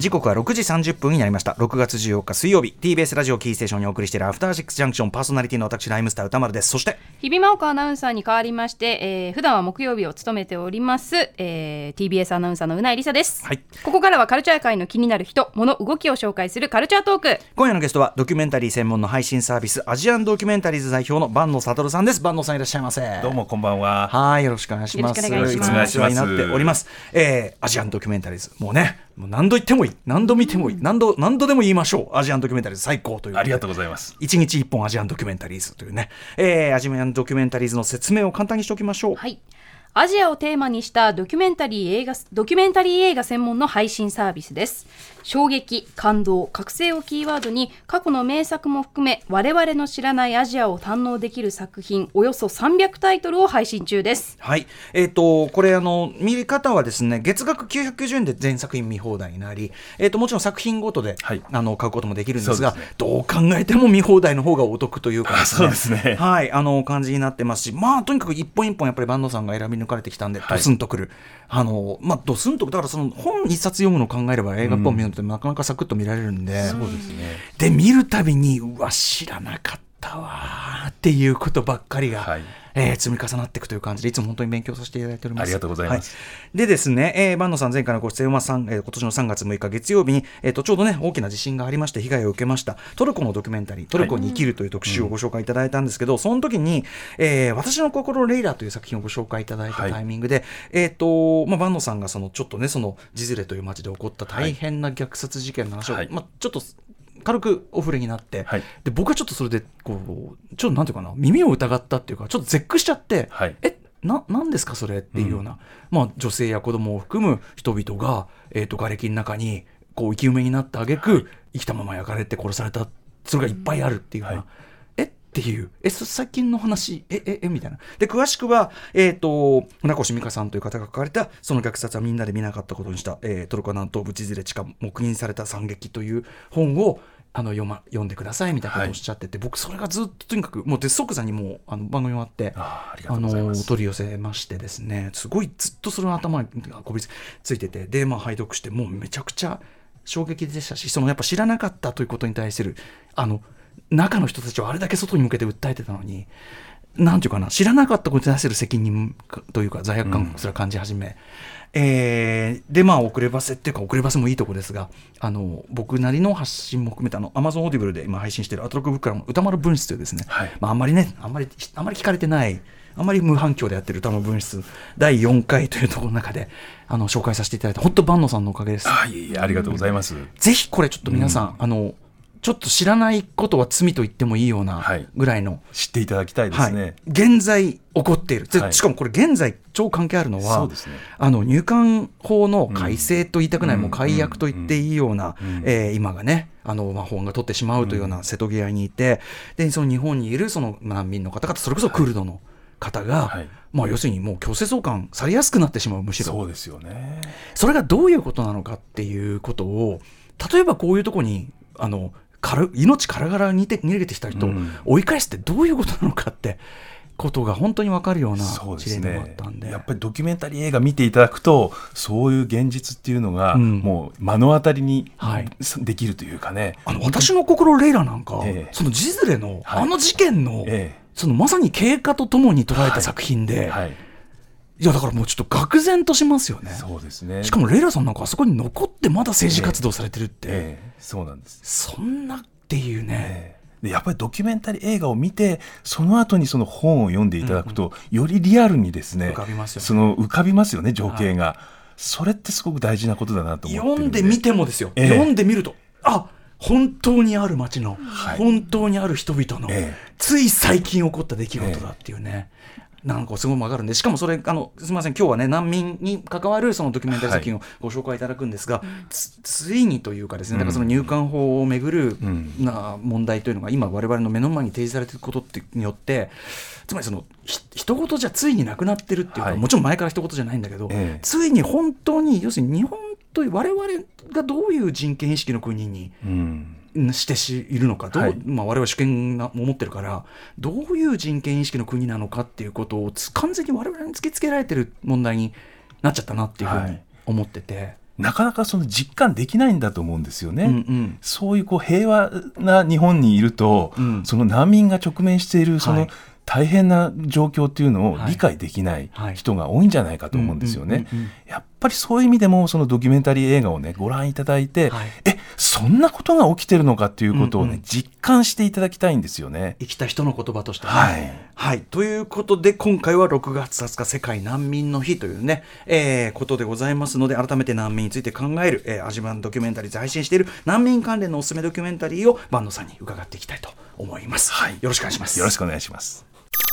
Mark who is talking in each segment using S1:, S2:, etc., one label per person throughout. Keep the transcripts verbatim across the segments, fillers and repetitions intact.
S1: 時刻はろくじさんじゅっぷんになりました。ろくがつじゅうよっか水曜日、 ティービーエス ラジオキーステーションにお送りしているアフターシックスジャンクション、パーソナリティの私ライムスター歌丸です。そして
S2: 日比真央子アナウンサーに代わりまして、えー、普段は木曜日を務めております、えー、ティービーエス アナウンサーのうないりさです、はい、ここからはカルチャー界の気になる人物動きを紹介するカルチャートーク。
S1: 今夜のゲストはドキュメンタリー専門の配信サービスアジアンドキュメンタリーズ代表の坂野悟さんです。坂野さんいらっしゃいませ。
S3: どうもこんばんは。
S1: はい、よろしくお願いします。
S2: よろしくお願いします。
S1: いつもお世話になっております、えー、アジアンドキュメンタリーズ、もうね、もう何度言ってもいい、何度見てもいい、何度何度でも言いましょう。アジアンドキュメンタリーズ最高という。
S3: ありがとうございます。
S1: 一日一本アジアンドキュメンタリーズというね、えー、アジアンドキュメンタリーズの説明を簡単にしておきましょう。
S2: はい、アジアをテーマにしたドキュメンタリー映画ドキュメンタリー映画専門の配信サービスです。衝撃、感動、覚醒をキーワードに過去の名作も含め我々の知らないアジアを堪能できる作品およそさんびゃくタイトルを配信中です。
S1: はい、えーとこれあの見方はですね、月額きゅうひゃくきゅうじゅうえんで全作品見放題になり、えーともちろん作品ごとで、はい、あの買うこともできるんですが、すね、どう考えても見放題の方がお得というかですね、
S3: そうですね、
S1: はい、あの感じになってますし、まあとにかく一本一本やっぱり坂野さんが選び抜かれてきたんで、はい、ドスンとくる、あのまあドスンとだからその本一冊読むのを考えれば映画本見るのってなかなかサクッと見られるんで、
S3: そうですね、
S1: で見るたびにうわ知らなかったわっていうことばっかりが、はい、えー、積み重なっていくという感じで、いつも本当に勉強させていただいております。
S3: ありがとうございます、
S1: はい、でですね、えー、坂野さん前回のご出演は、えー、今年のさんがつむいか月曜日に、えー、とちょうどね大きな地震がありまして被害を受けましたトルコのドキュメンタリートルコに生きるという特集をご紹介いただいたんですけど、うん、その時に、えー、私の心レイラという作品をご紹介いただいたタイミングで、はい、えーとまあ、坂野さんがそのちょっとねそのジズレという街で起こった大変な虐殺事件の話を、はい、まあ、ちょっと軽くお触れになって、はい、で僕はちょっとそれでこうちょっとなんていうかな、耳を疑ったっていうかちょっと絶句しちゃって、はい、えななんですかそれっていうような、うん、まあ、女性や子供を含む人々が、えー、と瓦礫の中にこう生き埋めになった挙句、はい、生きたまま焼かれて殺された、それがいっぱいあるっていうような、はい、えっていうえ最近の話えええみたいな。で詳しくは、えー、と船越美香さんという方が書かれたその虐殺はみんなで見なかったことにした、えー、トルコ南東部地ズレ地下黙認された惨劇という本をあの 読, ま、読んでくださいみたいなことをおっしゃってて、はい、僕それがずっととにかくもう鉄即座にもうあの番組終わってああの取り寄せましてですね、すごいずっとそれの頭にこびりついてて、で、まあ、拝読してもうめちゃくちゃ衝撃でしたし、そのやっぱ知らなかったということに対するあの中の人たちはあれだけ外に向けて訴えてたのに、なんていうかな、知らなかったことに対する責任というか罪悪感すら感じ始め、うん、えー、でまあ遅ればせっていうか遅ればせもいいとこですが、あの僕なりの発信も含めたの Amazon オーディブルで今配信しているアトロックブックからの歌丸分室というですね、はい、まあ、あんまりねあんまりあんまり聞かれてないあんまり無反響でやってる歌の分室だいよんかいというところの中であの紹介させていただいて、本当坂野さんのおかげです。
S3: あ、いえいえ、ありがとうございます。
S1: ぜひこれちょっと皆さん、うん、あのちょっと知らないことは罪と言ってもいいようなぐらいの、はい、
S3: 知っていただきたいですね、はい、
S1: 現在起こっている、はい、しかもこれ現在超関係あるのは、そうですね、あの入管法の改正と言いたくない、うん、もう改悪と言っていいような、うん、えー、今がねあの、まあ、法案が取ってしまうというような瀬戸際にいて、うん、でその日本にいるその難民の方々、それこそクルドの方が、はい、まあ、要するにもう強制送還されやすくなってしまう、むしろ
S3: そうですよね。
S1: それがどういうことなのかっていうことを、例えばこういうところにあの命からがらに逃げてきた人を追い返すってどういうことなのかってことが本当に分かるような事例でもあったんで、
S3: そうですね、やっぱりドキュメンタリー映画見ていただくとそういう現実っていうのがもう目の当たりにできるというかね、
S1: はい、あの私の心レイラなんか、えー、そのジズレのあの事件の、はい、えー、そのまさに経過とともに捉えた作品で、はいはい、いやだからもうちょっと愕然としますよね。
S3: そうですね。
S1: しかもレイラさんなんかあそこに残ってまだ政治活動されてるって、えーえ
S3: ー、そうなんです。
S1: そんなっていうね、
S3: えー、でやっぱりドキュメンタリー映画を見てその後にその本を読んでいただくと、うんうん、よりリアルにですね、浮かびますよね、その浮かびますよね、情景が、はい、それってすごく大事なことだなと思ってるんで、
S1: 読んでみてもですよ、えー、読んでみるとあ本当にある街の、はい、本当にある人々の、えー、つい最近起こった出来事だっていうね、えー、なんかすごい分かるんで、しかもそれあのすみません今日はね難民に関わるそのドキュメンタリー作品をご紹介いただくんですが、はい、つ, ついにというかですね、だからその入管法をめぐるな問題というのが今我々の目の前に提示されていることによって、つまりその人事じゃついになくなってるっていうか、はい、もちろん前から人事じゃないんだけど、ええ、ついに本当に要するに日本という我々がどういう人権意識の国に、うんしてしいるのか、どう、はい、まあ、我々は主権を持ってるからどういう人権意識の国なのかっていうことを完全に我々に突きつけられてる問題になっちゃったなっていうふうに思ってて、はい、
S3: なかなかその実感できないんだと思うんですよね、
S1: うんうん、
S3: そういうこう平和な日本にいると、うん、その難民が直面しているその、はい、大変な状況というのを理解できない人が多いんじゃないかと思うんですよね。やっぱりそういう意味でもそのドキュメンタリー映画をねご覧いただいて、はい、えそんなことが起きてるのかということをね、うんうん、実感していただきたいんですよね。
S1: 生きた人の言葉としてね、
S3: はい
S1: はい、ということで今回はろくがつはつか世界難民の日というね、えー、ことでございますので、改めて難民について考える、えー、アジマンドキュメンタリーズ配信している難民関連のおすすめドキュメンタリーを坂野さんに伺っていきたいと思います、はい、よろしくお願いします。
S3: よろしくお願いします。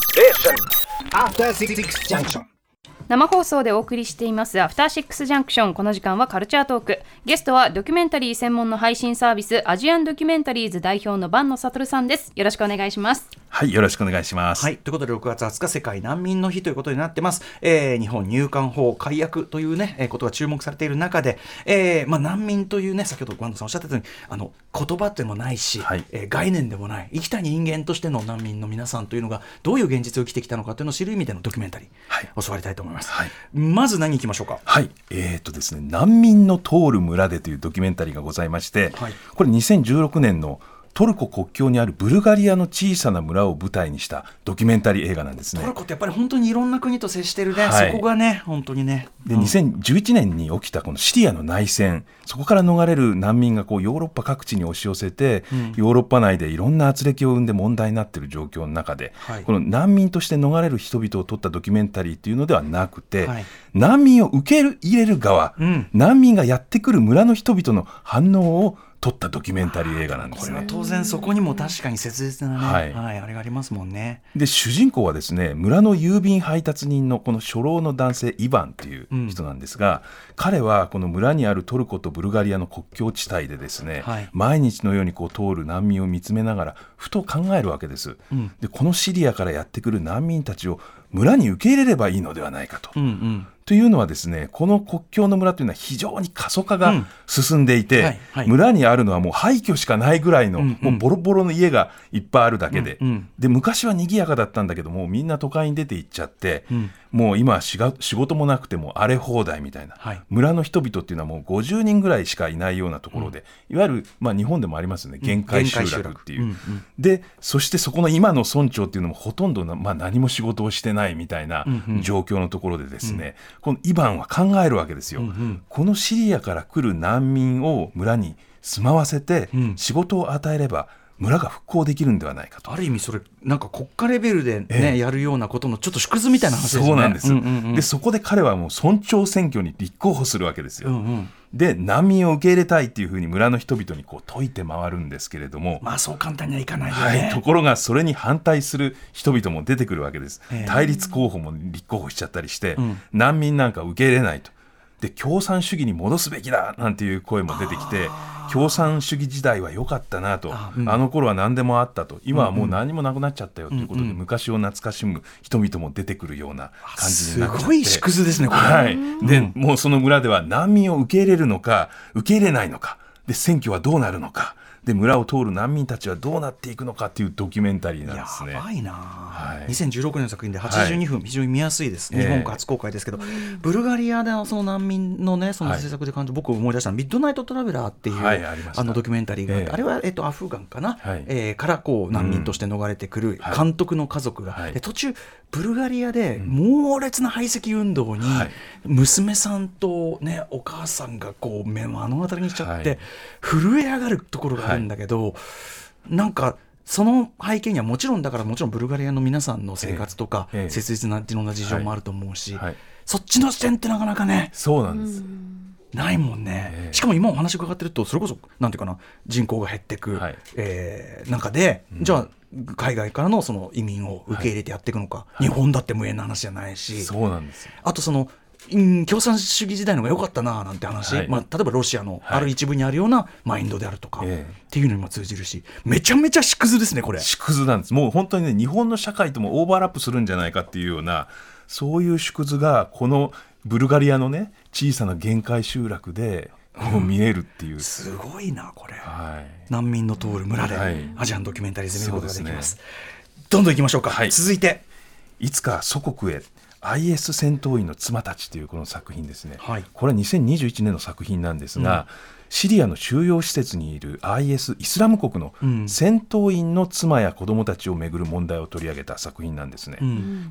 S2: 生放送でお送りしていますアフターシックスジャンクション。この時間はカルチャートーク。ゲストはドキュメンタリー専門の配信サービスアジアンドキュメンタリーズ代表の坂野悟さんです。よろしくお願いします。
S3: はい、よろしくお願いします。
S1: はい、ということでろくがつはつか世界難民の日ということになってます、えー、日本入管法改悪というね、えー、ことが注目されている中で、えーまあ、難民というね先ほど坂野さんおっしゃったようにあの言葉でもないし、はいえー、概念でもない生きた人間としての難民の皆さんというのがどういう現実を生きてきたのかというのを知る意味でのドキュメンタリー、はい、教わりたいと思います、はい、まず何いきましょうか。
S3: はい、えーとですね、難民の通る村でというドキュメンタリーがございまして、はい、これにせんじゅうろくねんのトルコ国境にあるブルガリアの小さな村を舞台にしたドキュメンタリー映画なんですね。
S1: トルコってやっぱり本当にいろんな国と接してるね、はい、そこがね本当にね
S3: で、うん、にせんじゅういちねんに起きたこのシリアの内戦、そこから逃れる難民がこうヨーロッパ各地に押し寄せて、うん、ヨーロッパ内でいろんな圧力を生んで問題になっている状況の中で、はい、この難民として逃れる人々を撮ったドキュメンタリーというのではなくて、はい、難民を受け入れる側、うん、難民がやってくる村の人々の反応を撮ったドキュメンタリー映画なんですね。
S1: これは当然そこにも確かに切実なね、はいはい、あれがありますもんね。
S3: で主人公はですね、村の郵便配達人のこの初老の男性イバンという人なんですが、うん、彼はこの村にあるトルコとブルガリアの国境地帯でですね、はい、毎日のようにこう通る難民を見つめながらふと考えるわけです、うん、でこのシリアからやってくる難民たちを村に受け入れればいいのではないかと、うんうんというのはですね、この国境の村というのは非常に過疎化が進んでいて、うんはいはい、村にあるのはもう廃墟しかないぐらいの、うんうん、もうボロボロの家がいっぱいあるだけで、うんうん、で昔は賑やかだったんだけどもみんな都会に出て行っちゃって、うん、もう今は仕事もなくても荒れ放題みたいな、はい、村の人々っていうのはもうごじゅうにんぐらいしかいないようなところで、うん、いわゆる、まあ、日本でもありますよね、限界集落っていう、うんうん、でそしてそこの今の村長っていうのもほとんどな、まあ、何も仕事をしてないみたいな状況のところでですね、うんうん、このイバンは考えるわけですよ、うんうん、このシリアから来る難民を村に住まわせて仕事を与えれば村が復興できるんではないかと。
S1: ある意味それなんか国家レベルで、ねええ、やるようなことのちょっと縮図みたいな話ですね。
S3: そうなんです、うんうんうん、でそこで彼はもう村長選挙に立候補するわけですよ、うんうん、で難民を受け入れたいっていうふうに村の人々にこう説いて回るんですけれども、
S1: まあそう簡単にはいかないよね、
S3: はい、ところがそれに反対する人々も出てくるわけです、ええ、対立候補も立候補しちゃったりして、うん、難民なんか受け入れないと、で共産主義に戻すべきだなんていう声も出てきて、共産主義時代は良かったなと、あ、うん、あの頃は何でもあったと、今はもう何もなくなっちゃったよということで、うんうん、昔を懐かしむ人々も出てくるような感じになっちゃって、
S1: すごい縮図ですねこれ、
S3: はい、で、うん、もうその村では難民を受け入れるのか受け入れないのかで、選挙はどうなるのかで、村を通る難民たちはどうなっていくのかっていうドキュメンタリーなんですね。
S1: やばいな、はい、にせんじゅうろくねんの作品ではちじゅうにふん、はい、非常に見やすいです、日本初公開ですけど、えー、ブルガリアでのその難民のねその制作で感じ、はい、僕思い出したのミッドナイトトラベラーっていう、はい、あ, あのドキュメンタリーがあって、えー、あれは、えっと、アフガンかな、はいえー、からこう難民として逃れてくる監督の家族が、はい、で途中ブルガリアで猛烈な排斥運動に娘さんと、ね、お母さんがこう目の当たりにしちゃって、はい、震え上がるところがあるんだけど、はいなんかその背景にはもちろんだからもちろんブルガリアの皆さんの生活とか、ええ、切実ないろんな事情もあると思うし、はいはい、そっちの視点ってなかなかね
S3: そうなんです
S1: ないもんね、ええ、しかも今お話伺ってるとそれこそなんていうかな人口が減っていく、はいえー、中で、うん、じゃあ海外からのその移民を受け入れてやっていくのか、はい、日本だって無縁な話じゃないし、
S3: そうなんですよ。
S1: あとそのうん、共産主義時代の方が良かったななんて話、はいまあ、例えばロシアのある一部にあるようなマインドであるとか、はい、っていうのにも通じるし、めちゃめちゃ縮図ですねこれ。
S3: 縮図なんです。もう本当にね日本の社会ともオーバーラップするんじゃないかっていうようなそういう縮図がこのブルガリアのね小さな限界集落でこう見えるっていう、うん、
S1: すごいなこれ、はい、難民の通る村で、はい、アジアンドキュメンタリーズ見ることができます、ね、どんどんいきましょうか、はい、続いて
S3: いつか祖国へアイエス 戦闘員の妻たちというこの作品ですね、
S1: はい、
S3: これはにせんにじゅういちねんの作品なんですが、うん、シリアの収容施設にいる アイエス イスラム国の戦闘員の妻や子供たちをめぐる問題を取り上げた作品なんですね、うん、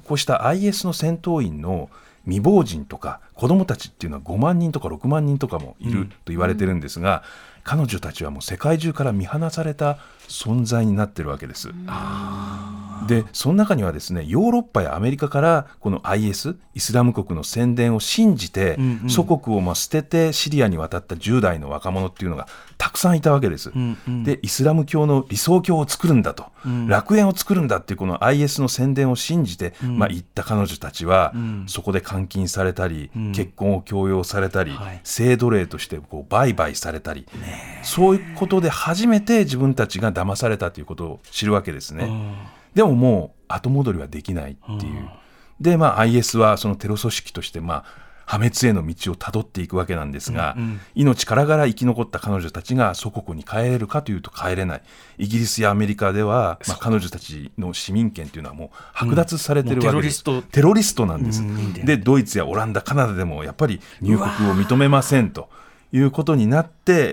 S3: こうした アイエス の戦闘員の未亡人とか子供たちっていうのはごまんにんとかろくまんにんとかもいると言われてるんですが、うん、彼女たちはもう世界中から見放された存在になってるわけです。あでその中にはですね、ヨーロッパやアメリカからこの アイエス イスラム国の宣伝を信じて、うんうん、祖国をまあ捨ててシリアに渡ったじゅう代の若者っていうのがたくさんいたわけです、うんうん、でイスラム教の理想郷を作るんだと、うん、楽園を作るんだっていうこの アイエス の宣伝を信じて、うんまあ、行った彼女たちは、うん、そこで監禁されたり、うん、結婚を強要されたり、はい、性奴隷としてこう売買されたり、ね、そういうことで初めて自分たちが騙されたということを知るわけですね、うん、でももう後戻りはできないっていう、うん、で、まあ、アイエス はそのテロ組織として、まあ破滅への道をたどっていくわけなんですが、うんうん、命からがら生き残った彼女たちが祖国に帰れるかというと帰れない。イギリスやアメリカでは、まあ、彼女たちの市民権というのはもう剥奪されてるわけです、うん、テロリスト、テロリストなんです、うん、でドイツやオランダカナダでもやっぱり入国を認めませんということになって、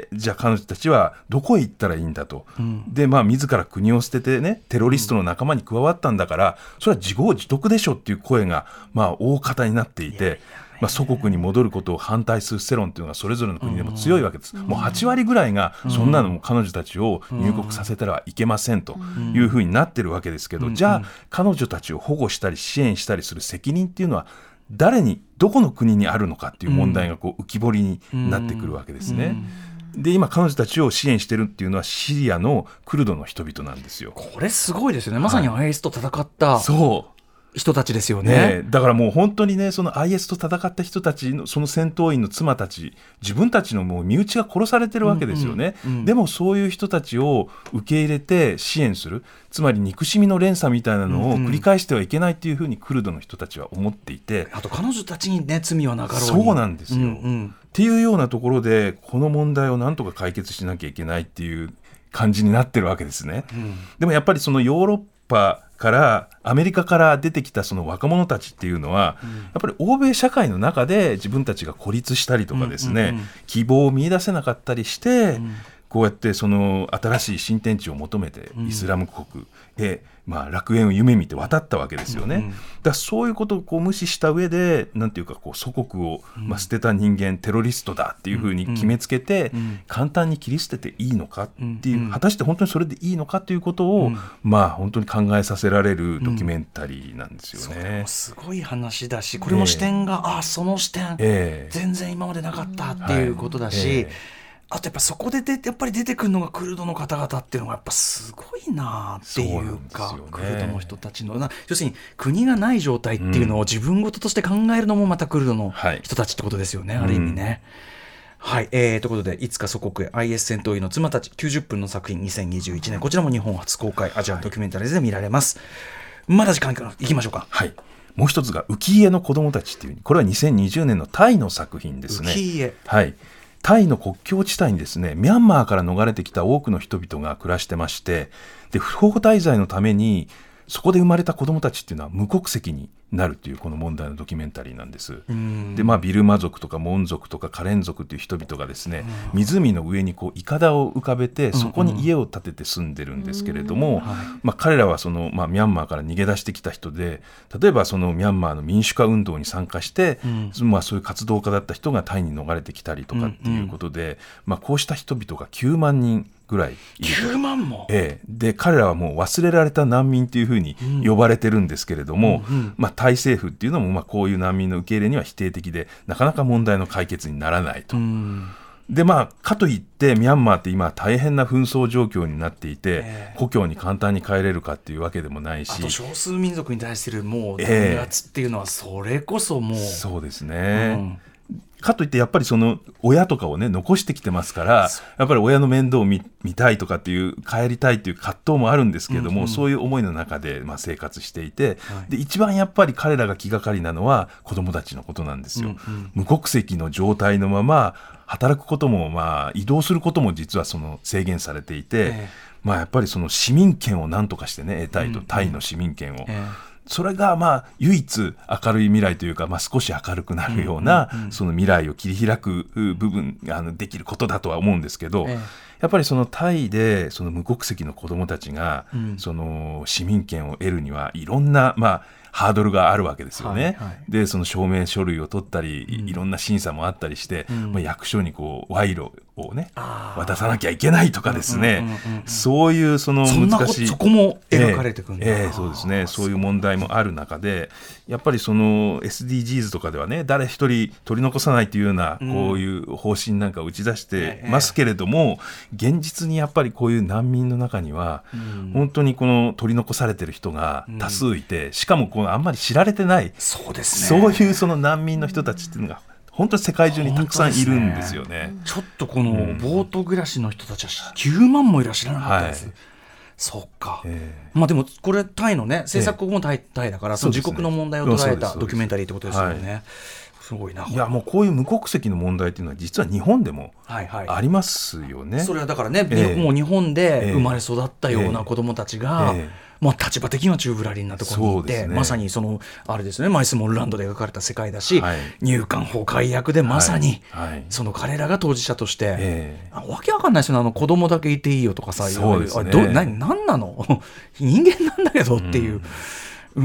S3: じゃあ彼女たちはどこへ行ったらいいんだと、うん、でまあ自ら国を捨ててねテロリストの仲間に加わったんだから、それは自業自得でしょっていう声がまあ大方になっていて、いやいやまあ、祖国に戻ることを反対する世論というのがそれぞれの国でも強いわけです、うん、もうはちわりぐらいがそんなのも彼女たちを入国させたらいけませんというふうになってるわけですけど、じゃあ彼女たちを保護したり支援したりする責任っていうのは誰にどこの国にあるのかっていう問題がこう浮き彫りになってくるわけですね。で今彼女たちを支援してるっていうのはシリアのクルドの人々なんですよ。
S1: これすごいですよね。まさに アイエス と戦った、
S3: はい、そう
S1: 人たちですよね。
S3: ね、だからもう本当にねその アイエス と戦った人たちのその戦闘員の妻たち、自分たちのもう身内が殺されてるわけですよね、うんうんうん、でもそういう人たちを受け入れて支援する、つまり憎しみの連鎖みたいなのを繰り返してはいけないというふうにクルドの人たちは思っていて、うん、
S1: あと彼女たちにね罪はなかろうに、
S3: そうなんですよ、うんうん、っていうようなところでこの問題をなんとか解決しなきゃいけないっていう感じになってるわけですね、うん、でもやっぱりそのヨーロッパからアメリカから出てきたその若者たちっていうのは、うん、やっぱり欧米社会の中で自分たちが孤立したりとかですね、うんうんうん、希望を見出せなかったりして、うん、こうやってその新しい新天地を求めてイスラム国へ、うんまあ、楽園を夢見て渡ったわけですよね、うんうん、だからそういうことをこう無視した上でなんていうかこう祖国を、まあ、捨てた人間、うん、テロリストだっていうふうに決めつけて、うんうん、簡単に切り捨てていいのかっていう、うん、果たして本当にそれでいいのかということを、うん、まあ本当に考えさせられるドキュメンタリーなんですよね、うん、それも
S1: すごい話だし、これも視点が、えー、あその視点、えー、全然今までなかったっていうことだし、はいえーあとやっぱそこででやっぱり出てくるのがクルドの方々っていうのがやっぱすごいなっていうか、ね、クルドの人たちのな要するに国がない状態っていうのを自分事として考えるのもまたクルドの人たちってことですよね、はい、ある意味ね、うん、はい、えー、ということでいつか祖国へ アイエス 戦闘員の妻たちきゅうじゅっぷんの作品にせんにじゅういちねん、こちらも日本初公開アジアドキュメンタリーズで見られます、はい、まだ時間からいきましょうか。
S3: はい、もう一つが浮家の子供たちっていう、これはにせんにじゅうねんのタイの作品ですね。
S1: 浮家、
S3: はい、タイの国境地帯にですねミャンマーから逃れてきた多くの人々が暮らしてまして、で不法滞在のためにそこで生まれた子どもたちっていうのは無国籍になるというこの問題のドキュメンタリーなんです。で、まあ、ビルマ族とかモン族とかカレン族という人々がですね湖の上にこうイカダを浮かべてそこに家を建てて住んでるんですけれども、まあ、彼らはその、まあ、ミャンマーから逃げ出してきた人で、例えばそのミャンマーの民主化運動に参加して、まあ、そういう活動家だった人がタイに逃れてきたりとかっていうことで、まあ、こうした人々がきゅうまんにんぐらいいる。
S1: きゅうまんも、
S3: ええ、で彼らはもう忘れられた難民というふうに呼ばれてるんですけれども、うんうんうん、まあ、タイ政府っていうのもまあこういう難民の受け入れには否定的でなかなか問題の解決にならないと、うん、でまあかといってミャンマーって今大変な紛争状況になっていて、えー、故郷に簡単に帰れるかっていうわけでもないし、
S1: あと少数民族に対するもう弾圧っていうのはそれこそもう、えー、
S3: そうですね、うんかといってやっぱりその親とかをね残してきてますから、やっぱり親の面倒を 見, 見たいとかっていう帰りたいという葛藤もあるんですけれども、うんうん、そういう思いの中でまあ生活していて、はい、で一番やっぱり彼らが気がかりなのは子どもたちのことなんですよ、うんうん、無国籍の状態のまま働くこともまあ移動することも実はその制限されていて、えーまあ、やっぱりその市民権を何とかしてね得たいと、うんうん、タイの市民権を、えーそれがまあ唯一明るい未来というか、まあ、少し明るくなるような、うんうんうん、その未来を切り開く部分あのできることだとは思うんですけど、ええ、やっぱりそのタイでその無国籍の子どもたちが、うん、その市民権を得るにはいろんな、まあ、ハードルがあるわけですよね、はいはい、でその証明書類を取ったり、うん、いろんな審査もあったりして、うんまあ、役所にこう賄賂をね渡さなきゃいけないとかですね、うんうんうんうん、そういうその難しい、
S1: そこも描かれてくるんだ、
S3: えーえー、そうですね、そういう問題もある中でやっぱりその エスディージーズ とかではね誰一人取り残さないというようなこういう方針なんかを打ち出してますけれども、うん、現実にやっぱりこういう難民の中には、うん、本当にこの取り残されてる人が多数いて、うん、しかもこのあんまり知られてない、
S1: そうですね、
S3: そういうその難民の人たちっていうのが本当に世界中にたくさんいるんですよね。
S1: ちょっとこのボート暮らしの人たちはきゅうまんもいらっしゃらなかったです、はい、そっか、えー、まあでもこれタイのね制作国もタイ、えー、タイだからその自国の問題を捉えたドキュメンタリーってことですよね、はい、すごいな。
S3: いやもうこういう無国籍の問題っていうのは実は日本でもありますよね、はいはい、
S1: それはだからね、えー、もう日本で生まれ育ったような子どもたちが、えーえーまあ、立場的には宙ぶらりんなところにいて、ね、まさにそのあれですね、マイスモールランドで描かれた世界だし、はい、入管法改悪でまさに、はいはい、その彼らが当事者として、えー、わけわかんないですよね、あの子供だけいていいよとかさ、
S3: そうですね、
S1: ど何なの人間なんだけどっていう、うん、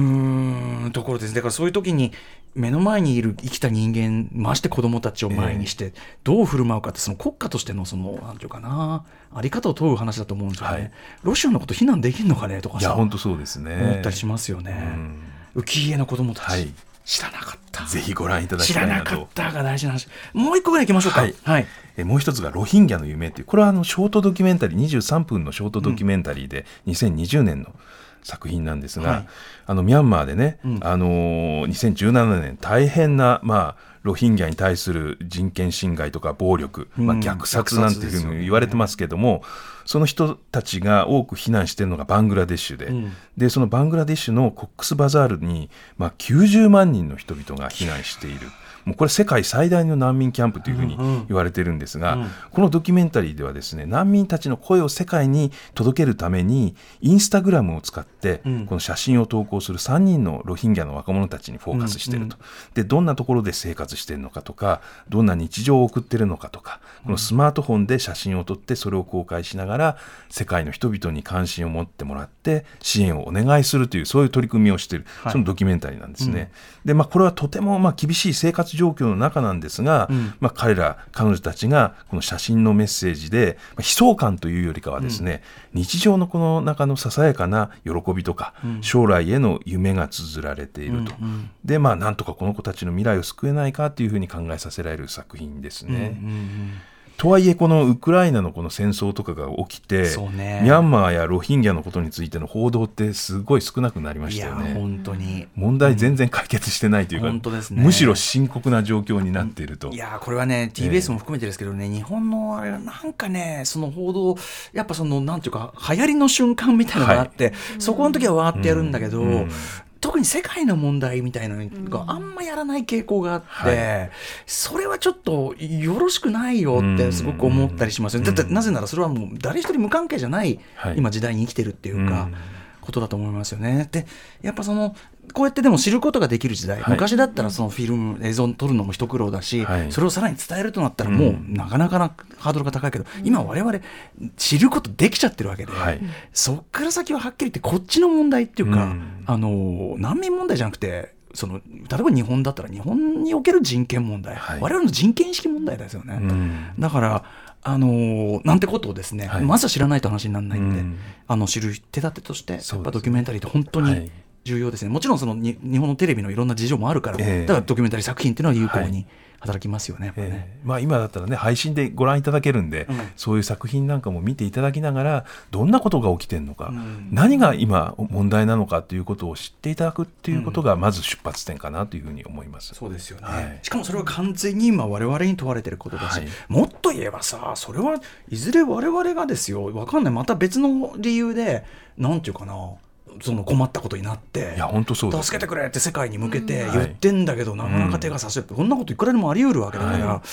S1: うーんところです。だからそういう時に目の前にいる生きた人間、まして子供たちを前にしてどう振る舞うかって、その国家としてのそのなんていうかな、あり方を問う話だと思うんですよね、はい、ロシアのこと非難できるのかねとかさ、
S3: いや本当そうですね、
S1: 思ったりしますよね。浮家の子供たち、はい、知らなかった、
S3: ぜひご覧いただきたいなと。
S1: 知らなかったが大事な話。もう一個ぐらい行きましょうか、はいはい、
S3: えもう一つがロヒンギャの夢という、これはあのショートドキュメンタリーにじゅうさんぷんのショートドキュメンタリーでにせんにじゅうねんの作品なんですが、はい、あのミャンマーでね、うん、あのにせんじゅうななねん大変な、まあ、ロヒンギャに対する人権侵害とか暴力、うんまあ、虐殺なんていうふうに言われてますけども、うんね、その人たちが多く避難しているのがバングラデシュで、うん、でそのバングラデシュのコックスバザールに、まあ、きゅうじゅうまんにんの人々が避難している。もうこれ世界最大の難民キャンプというふうに言われているんですが、うんうん、このドキュメンタリーではですね、難民たちの声を世界に届けるためにインスタグラムを使ってこの写真を投稿するさんにんのロヒンギャの若者たちにフォーカスしていると、うんうん、でどんなところで生活しているのかとか、どんな日常を送っているのかとか、このスマートフォンで写真を撮ってそれを公開しながら世界の人々に関心を持ってもらって支援をお願いするという、そういう取り組みをしている、はい、そのドキュメンタリーなんですね、うん、でまあ、これはとてもまあ厳しい生活状況の中なんですが、うんまあ、彼ら彼女たちがこの写真のメッセージで、まあ、悲壮感というよりかはですね、うん、日常のこの中のささやかな喜びとか、うん、将来への夢が綴られていると、うんうん、でまあなんとかこの子たちの未来を救えないかというふうに考えさせられる作品ですね、うんうんうん。とはいえこのウクライナのこの戦争とかが起きて、そうね、ミャンマーやロヒンギャのことについての報道ってすごい少なくなりましたよね。
S1: いや本当に
S3: 問題全然解決してないというか、うん、本当ですね、むしろ深刻な状況になっていると、うん、
S1: いやこれはね ティービーエス も含めてですけどね、えー、日本のあれなんかね、その報道やっぱそのなんていうか流行りの瞬間みたいなのがあって、はい、そこの時はわーってやるんだけど、うんうん、特に世界の問題みたいなのがあんまやらない傾向があって、はい、それはちょっとよろしくないよってすごく思ったりしますよ、うん、だってなぜならそれはもう誰一人無関係じゃない、はい、今時代に生きてるっていうか、うん、ことだと思いますよね。でやっぱそのこうやってでも知ることができる時代、はい、昔だったらそのフィルム映像を撮るのも一苦労だし、はい、それをさらに伝えるとなったらもうなかなかなハードルが高いけど、うん、今我々知ることできちゃってるわけで、はい、そっから先ははっきり言ってこっちの問題っていうか、うん、あの難民問題じゃなくて、その例えば日本だったら日本における人権問題、はい、我々の人権意識問題ですよね、うん、だからあのー、なんてことをですね、はい、まずは知らないと話にならないんで、うん、あの知る手立てとしてやっぱドキュメンタリーって本当に重要ですね、はい、もちろんそのに日本のテレビのいろんな事情もあるから、えー、だからドキュメンタリー作品っていうのは有効に働きますよね、はい、ね、
S3: えーまあ、今だったらね配信でご覧いただけるんで、うん、そういう作品なんかも見ていただきながらどんなことが起きてるのか、うん、何が今問題なのかということを知っていただくっていうことがまず出発点かなというふうに思います、
S1: うん、そうですよね、はい、しかもそれは完全に今我々に問われてることだし、はい、もっと言えばさ、それはいずれ我々がですよ、分かんないまた別の理由でなんていうかな、その困ったことになって、
S3: いや本当そうです、
S1: 助けてくれって世界に向けて言ってんだけど、うん、なかなか手が差し、うん、こんなこといくらでもあり得るわけだから、はい、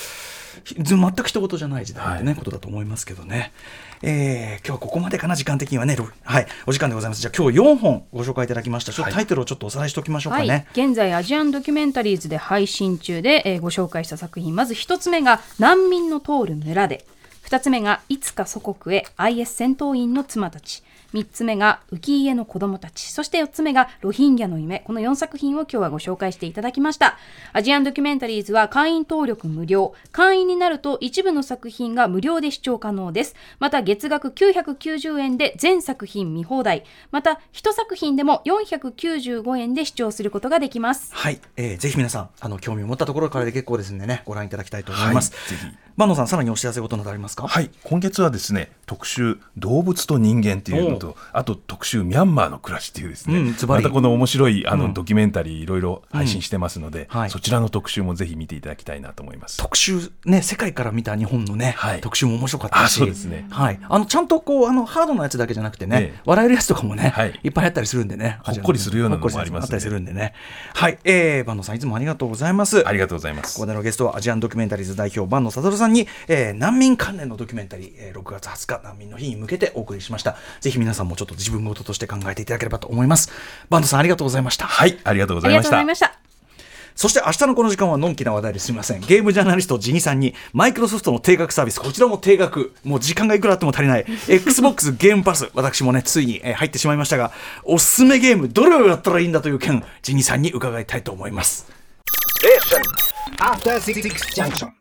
S1: 全く一言じゃない時代ってね、
S3: はい、
S1: ことだと思いますけどね。えー、今日はここまでかな、時間的にはね、はい、お時間でございます。じゃあ今日よんほんご紹介いただきました。ちょっとタイトルをちょっとおさらいしておきましょうかね。はい、
S2: 現在アジアンドキュメンタリーズで配信中で、えー、ご紹介した作品、まずひとつめが難民の通る村で、ふたつめがいつか祖国へ アイエス 戦闘員の妻たち、みっつめが浮家の子供たち、そしてよっつめがロヒンギャの夢。このよんさく品を今日はご紹介していただきました。アジアンドキュメンタリーズは会員登録無料、会員になると一部の作品が無料で視聴可能です。また月額きゅうひゃくきゅうじゅうえんで全作品見放題、またいちさく品でもよんひゃくきゅうじゅうごえんで視聴することができます。
S1: はい、えー、ぜひ皆さんあの興味を持ったところからで結構ですんでね、ご覧いただきたいと思います。
S3: はい、ぜひ。
S1: 万野さん、さらにお知らせことなどありますか？
S3: はい、今月はですね、特集動物と人間というのと、あと特集ミャンマーの暮らしというですね、うん、またこの面白いあの、うん、ドキュメンタリーいろいろ配信してますので、うんはい、そちらの特集もぜひ見ていただきたいなと思います。
S1: 特集ね、世界から見た日本のね、はい、特集も面白かったし、
S3: そうですね、
S1: はい、あのちゃんとこうあのハードなやつだけじゃなくてね、ええ、笑えるやつとかもね、はい、いっぱいあったりするんでね、
S3: ほっこりするようなのもありますね。
S1: あったりするんでね。はい、えー、万野さんいつもありがとうございます。
S3: ありがとうございます。
S1: ここでのゲストはアジアンドキュメンタリーズ代表万野悟さんに、えー、難民関連のドキュメンタリー、えー、ろくがつはつか難民の日に向けてお送りしました。ぜひ皆さんもちょっと自分事として考えていただければと思います。バンドさんありがとうございました。
S3: はい、ありがとうございました。
S1: そして明日のこの時間はのんきな話題ですみません。ゲームジャーナリストジニさんにマイクロソフトの定額サービス、こちらも定額、もう時間がいくらあっても足りない Xbox ゲームパス、私もねついに、えー、入ってしまいましたが、おすすめゲームどれをやったらいいんだという件、ジニさんに伺いたいと思います。